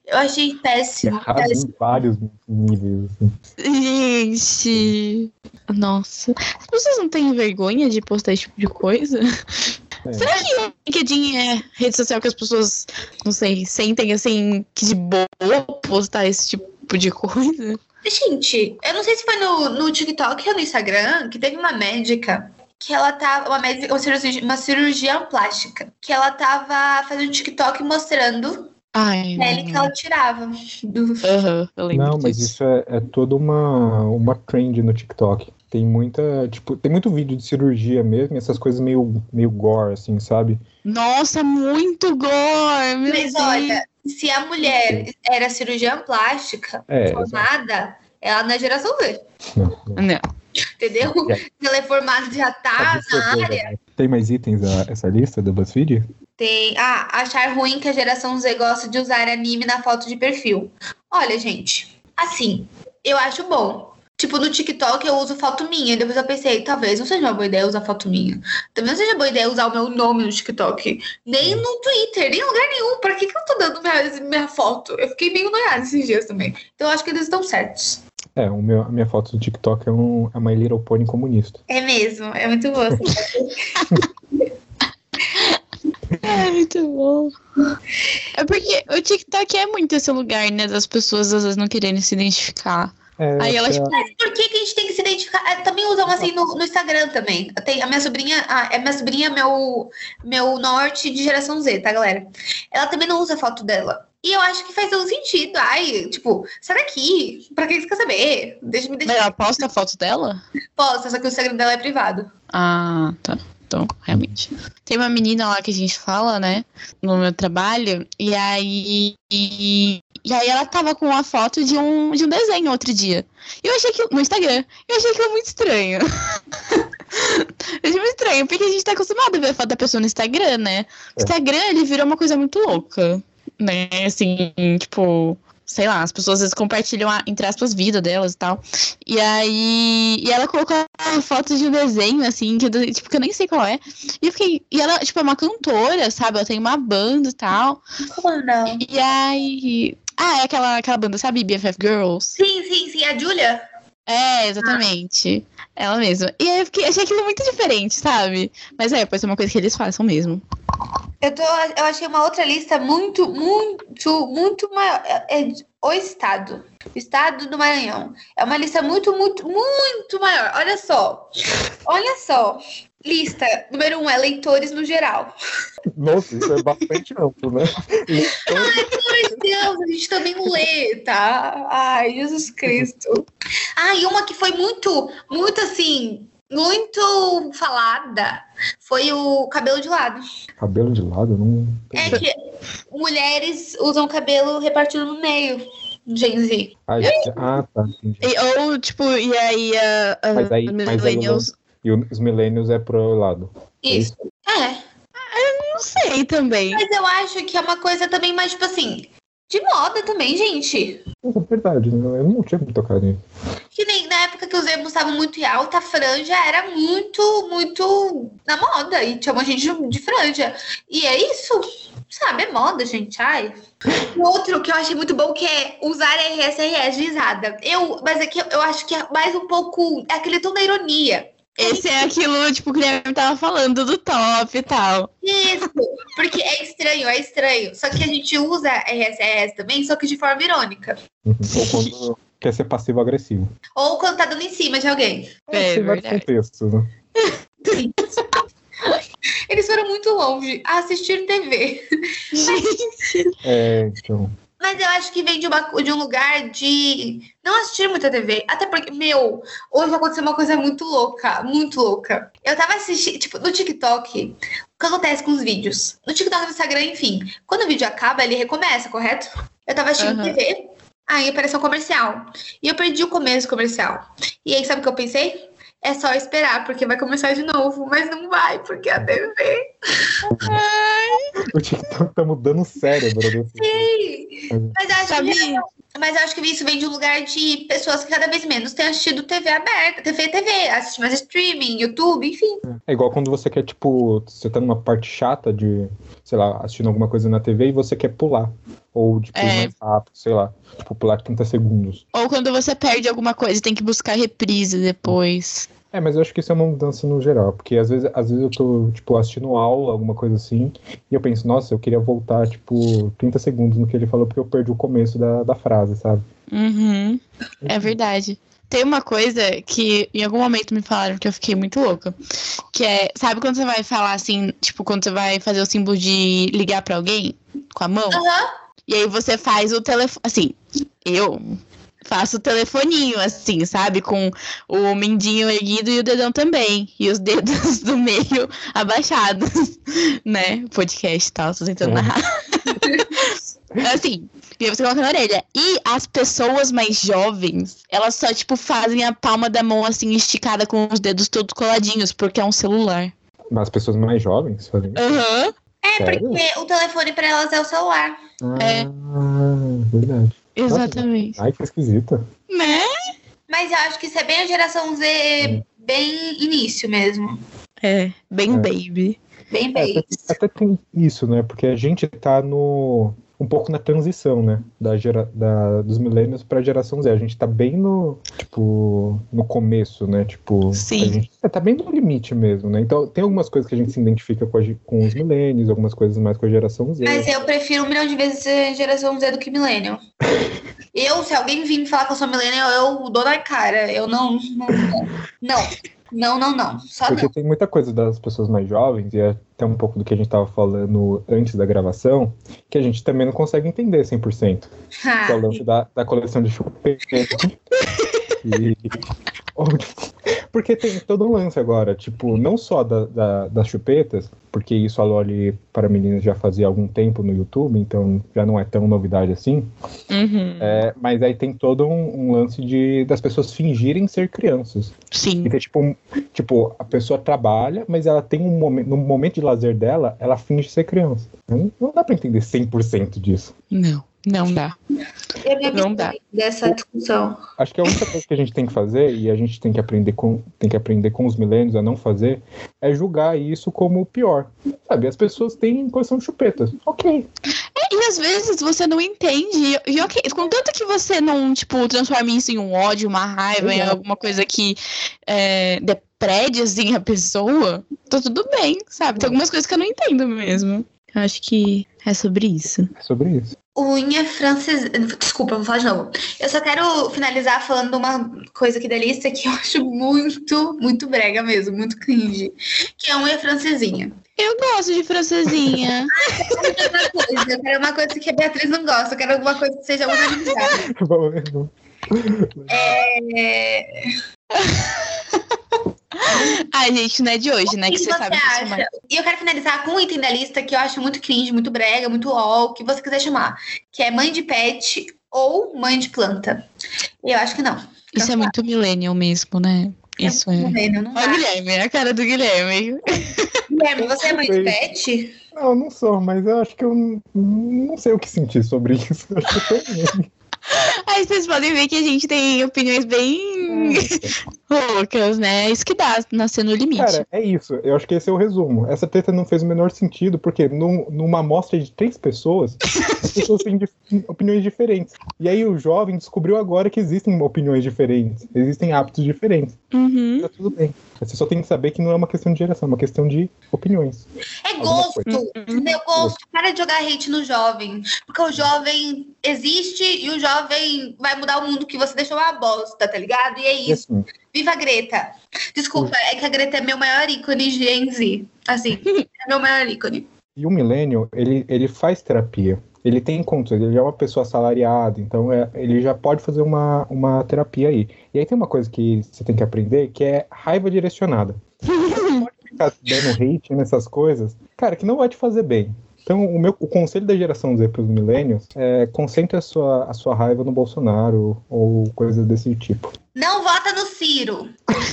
Eu achei péssimo. Errado péssimo. em vários níveis. Assim. Gente. Nossa. Vocês não têm vergonha de postar esse tipo de coisa? É. Será que o LinkedIn é rede social que as pessoas, não sei, sentem assim, que de boa postar esse tipo de coisa? Gente, eu não sei se foi no, no TikTok ou no Instagram que teve uma médica que ela tava. Uma médica, uma cirurgia, uma cirurgia plástica. Que ela tava fazendo TikTok mostrando Ai, a pele que ela tirava. Do... Aham, eu lembro Não, mas disso. isso é, é toda uma, uma trend no TikTok. Tem muita, tipo, tem muito vídeo de cirurgia mesmo, essas coisas meio, meio gore, assim, sabe? Nossa, muito gore, meu Mas Deus. olha, se a mulher era cirurgiã plástica, É, formada, ela não é geração Z. Não, não. Não. Entendeu? É. Se ela é formada, já tá Sabe na outra área. coisa? Tem mais itens a, essa lista da BuzzFeed? Tem. Ah, achar ruim que a geração Z gosta de usar anime na foto de perfil. Olha, gente, assim, eu acho bom. Tipo, no TikTok eu uso foto minha. Depois eu pensei, talvez não seja uma boa ideia usar foto minha. Também não seja boa ideia usar o meu nome no TikTok. Nem no Twitter, nem em lugar nenhum. Pra que, que eu tô dando minha, minha foto? Eu fiquei meio noiada esses dias também. Então eu acho que eles estão certos. É, o meu, a minha foto do TikTok é, um, é uma Little Pony comunista. É mesmo, é muito boa. É muito bom. É porque o TikTok é muito esse lugar, né, das pessoas às vezes não querendo se identificar. É, Aí ela, é- tipo, Mas por que, que a gente tem que se identificar? É, também usam assim no, no Instagram também. Tem, a minha sobrinha, a, a minha sobrinha é meu, meu norte de geração Z, tá, galera? Ela também não usa foto dela. E eu acho que faz todo sentido. Ai, tipo, sai daqui. Pra que você quer saber? Deixa me mas deixar. ela posta a foto dela? Posta, só que o Instagram dela é privado. Ah, tá. Então, realmente. Tem uma menina lá que a gente fala, né? No meu trabalho. E aí. E, e aí ela tava com uma foto de um, de um desenho outro dia. E eu achei que. No Instagram. Eu achei aquilo muito estranho. Eu achei muito estranho, porque a gente tá acostumado a ver a foto da pessoa no Instagram, né? O Instagram, ele virou uma coisa muito louca. Né? Assim, tipo. Sei lá, as pessoas às vezes compartilham, a, entre aspas, vida delas e tal. E aí. E ela colocou uma foto de um desenho, assim, que eu, tipo, que eu nem sei qual é. E eu fiquei. E ela, tipo, é uma cantora, sabe? Ela tem uma banda e tal. Como não? E aí. Ah, é aquela, aquela banda, sabe? B F F Girls? Sim, sim, sim. A Julia? É, exatamente. Ela mesma. E aí eu fiquei, achei aquilo muito diferente, sabe? Mas é, pode ser uma coisa que eles façam mesmo. Eu, tô, eu achei uma outra lista muito, muito, muito maior. É, é o Estado. O Estado do Maranhão. É uma lista muito, muito, muito maior. Olha só. Olha só. Lista. Número um é leitores no geral. Nossa, isso é bastante amplo, né? Ai, pelo amor de Deus, a gente também lê, tá? Ai, Jesus Cristo. Ah, e uma que foi muito, muito assim, muito falada foi o cabelo de lado. Cabelo de lado, não. É que mulheres usam cabelo repartido no meio, Gen Z. Ah, já- ah, tá. Entendi. E, ou, tipo, e aí a, a Mas aí, mas aí o millennials. E os millennials é pro lado. Isso. É. Não sei também. Mas eu acho que é uma coisa também mais, tipo assim, de moda também, gente. É verdade, né? Eu não tinha me tocado nisso. Que nem na época que os emos estavam muito em alta, a franja era muito, muito na moda. E tinha uma gente de, de franja. E é isso, sabe? É moda, gente. Ai. O outro que eu achei muito bom que é usar R S R S de risada. Eu, mas aqui eu acho que é mais um pouco. É aquele tom da ironia. Esse é aquilo, tipo, que o Guilherme tava falando do top e tal. Isso, porque é estranho, é estranho. Só que a gente usa R S S também, só que de forma irônica. Uhum. Ou quando quer ser passivo-agressivo. Ou quando tá dando em cima de alguém. É, tem vários verdade. contextos, né? Eles foram muito longe a assistir T V. É, então. Mas eu acho que vem de, uma, de um lugar de não assistir muita T V. Até porque, meu, hoje aconteceu uma coisa muito louca, muito louca. Eu tava assistindo, tipo, no TikTok, o que acontece com os vídeos? No TikTok, no Instagram, enfim. Quando o vídeo acaba, ele recomeça, correto? Eu tava assistindo Uhum. T V, aí apareceu um comercial. E eu perdi o começo do comercial. E aí, sabe o que eu pensei? É só esperar, porque vai começar de novo. Mas não vai, porque é a T V. O TikTok tá mudando o cérebro. Né? Sim. Mas eu acho Sabe? que Mas eu acho que isso vem de um lugar de pessoas que cada vez menos têm assistido T V aberta, T V, T V, assistir mais streaming, YouTube, enfim. É igual quando você quer, tipo, você tá numa parte chata de, sei lá, assistindo alguma coisa na T V e você quer pular. Ou de coisa É. mais rápido, sei lá. Tipo, pular trinta segundos. Ou quando você perde alguma coisa e tem que buscar reprise depois. É, mas eu acho que isso é uma mudança no geral, porque às vezes, às vezes eu tô, tipo, assistindo aula, alguma coisa assim, e eu penso, nossa, eu queria voltar, tipo, trinta segundos no que ele falou, porque eu perdi o começo da, da frase, sabe? Uhum. É verdade. Tem uma coisa que em algum momento me falaram que eu fiquei muito louca. Que é, sabe quando você vai falar assim, tipo, quando você vai fazer o símbolo de ligar pra alguém com a mão? Aham. E aí você faz o telefone. Assim, eu faço o telefoninho, assim, sabe? Com o mindinho erguido e o dedão também. E os dedos do meio abaixados, né? Podcast e tal, tô tentando É. narrar. Assim, e aí você coloca na orelha. E as pessoas mais jovens, elas só, tipo, fazem a palma da mão, assim, esticada com os dedos todos coladinhos, porque é um celular. Mas as pessoas mais jovens fazem isso. Aham. É, Sério? porque o telefone pra elas é o celular. É. Ah, verdade. Exatamente. Ai, que esquisita. Né? Mas eu acho que isso é bem a geração Z, bem início mesmo. É, bem É. baby. Bem É, bem. até, até tem isso, né? Porque a gente tá no um pouco na transição, né? Da gera, da, dos millennials pra geração Z. A gente tá bem no, tipo, no começo, né? Tipo, Sim. a gente é, tá bem no limite mesmo, né? Então tem algumas coisas que a gente se identifica com, a, ge- com os millennials, algumas coisas mais com a geração Z. Mas eu prefiro um milhão de vezes ser geração Z do que millennial. Eu, se alguém vir me falar que eu sou millennial, eu dou na cara. Eu não. Não, não, não, não, não. Só Porque não. tem muita coisa das pessoas mais jovens, e até um pouco do que a gente tava falando antes da gravação, que a gente também não consegue entender cem por cento. Que é o Ah, lance da, da coleção de chupeta. E... Porque tem todo um lance agora, tipo, não só da, da- das chupetas, porque isso a Loli para meninas já fazia há algum tempo no YouTube, então já não é tão novidade assim, Uhum. é, mas aí tem todo um, um lance de, das pessoas fingirem ser crianças. Sim. Então, tipo, um- tipo, a pessoa trabalha, mas ela tem um momento, no momento de lazer dela, ela finge ser criança. Não, não dá pra entender cem por cento disso. Não, não dá. eu me Não dá. abstenho dessa discussão. Acho que a única coisa que a gente tem que fazer, e a gente tem que aprender com, tem que aprender com os milênios a não fazer, é julgar isso como o pior. Sabe, as pessoas têm coleção de chupetas. Ok. É, e às vezes você não entende. E ok, contanto que você não, tipo, transforme isso em um ódio, uma raiva, em Exato. alguma coisa que é, deprede, assim, a pessoa, tá tudo bem, sabe? Tem algumas coisas que eu não entendo mesmo. Eu acho que é sobre isso. É sobre isso. Unha francesa. Desculpa, vou falar de novo. Eu só quero finalizar falando uma coisa aqui da lista que eu acho muito, muito brega mesmo, muito cringe. Que é a unha francesinha. Eu gosto de francesinha. Outra coisa, eu quero uma coisa que a Beatriz não gosta, eu quero alguma coisa que seja unanimidade. É... Ai, gente, não é de hoje, né? O Que que você você sabe que eu sou acha? mais. E eu quero finalizar com um item da lista que eu acho muito cringe, muito brega, muito all, o que você quiser chamar. Que é mãe de pet ou mãe de planta. Eu acho que não. Isso é muito millennial mesmo, né? Isso é. Não, não Ó, dá. Guilherme, é a cara do Guilherme. Guilherme, você é mãe de pet? Não, eu não sou, mas eu acho que eu não, não sei o que sentir sobre isso. Eu acho que eu tô nem. Aí vocês podem ver que a gente tem opiniões bem loucas, né? Isso que dá nascer no limite. Cara, é isso. Eu acho que esse é o resumo. Essa treta não fez o menor sentido, porque num- numa amostra de três pessoas, as pessoas têm dif- opiniões diferentes. E aí o jovem descobriu agora que existem opiniões diferentes, existem hábitos diferentes. Uhum. Tá tudo bem. Você só tem que saber que não é uma questão de geração, é uma questão de opiniões. É Alguma gosto. coisa. Entendeu? Gosto. Para de jogar hate no jovem. Porque o jovem existe e o jovem vai mudar o mundo que você deixou uma bosta, tá ligado? E é E isso. assim, Viva a Greta. Desculpa, é que a Greta é meu maior ícone de Gen Z. Assim, é meu maior ícone. e o millennial, ele, ele faz terapia. Ele tem contas, ele já é uma pessoa assalariada, então é, ele já pode fazer uma, uma terapia aí. E aí tem uma coisa que você tem que aprender, que é raiva direcionada. Você não pode ficar dando hate nessas coisas, cara, que não vai te fazer bem. Então, o, meu, o conselho da geração Z para os millennials é concentre a sua, a sua raiva no Bolsonaro ou coisas desse tipo. Não vota no Ciro.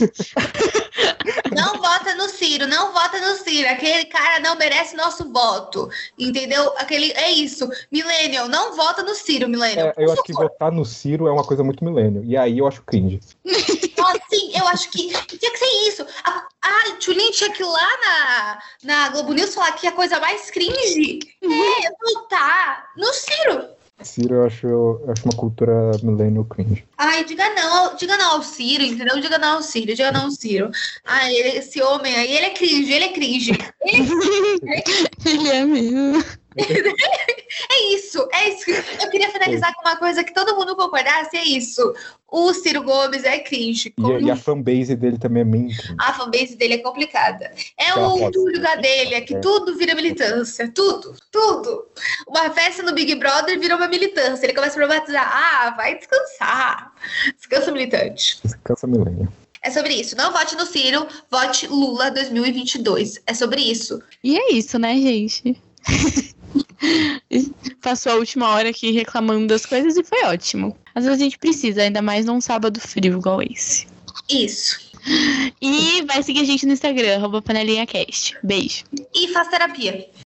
Não vota no Ciro, não vota no Ciro. Aquele cara não merece nosso voto. Entendeu? Aquele, é isso. Millennial, não vota no Ciro, Millennial. É, eu acho que votar no Ciro é uma coisa muito millennial. E aí eu acho cringe. Nossa, sim, eu acho que tinha que ser isso. A, a Tulin tinha que ir lá na, na Globo News falar que a coisa mais cringe é votar no Ciro. Ciro, eu acho, eu acho uma cultura millennial cringe. Ai, diga não, diga não ao Ciro, entendeu? Diga não ao Ciro, diga não ao Ciro. Ai, ele- esse homem aí, ele é cringe, ele é cringe. Ele é mesmo. É isso, é isso. Eu queria finalizar com uma coisa que todo mundo concordasse, é isso. O Ciro Gomes é cringe. E, Como e a fanbase dele também é bem cringe. a fanbase dele é complicada. É Já o pode Túlio ser. Gadelha, que É. tudo vira militância. Tudo, tudo. Uma festa no Big Brother vira uma militância. Ele começa a problematizar. Ah, vai descansar. Descansa, militante. Descansa millennial. É sobre isso. Não vote no Ciro, vote Lula dois mil e vinte e dois. É sobre isso. E é isso, né, gente? Passou a última hora aqui reclamando das coisas e foi ótimo. Às vezes a gente precisa, ainda mais num sábado frio igual esse. Isso. E vai seguir a gente no Instagram, arroba panelinhacast. Beijo. E faz terapia.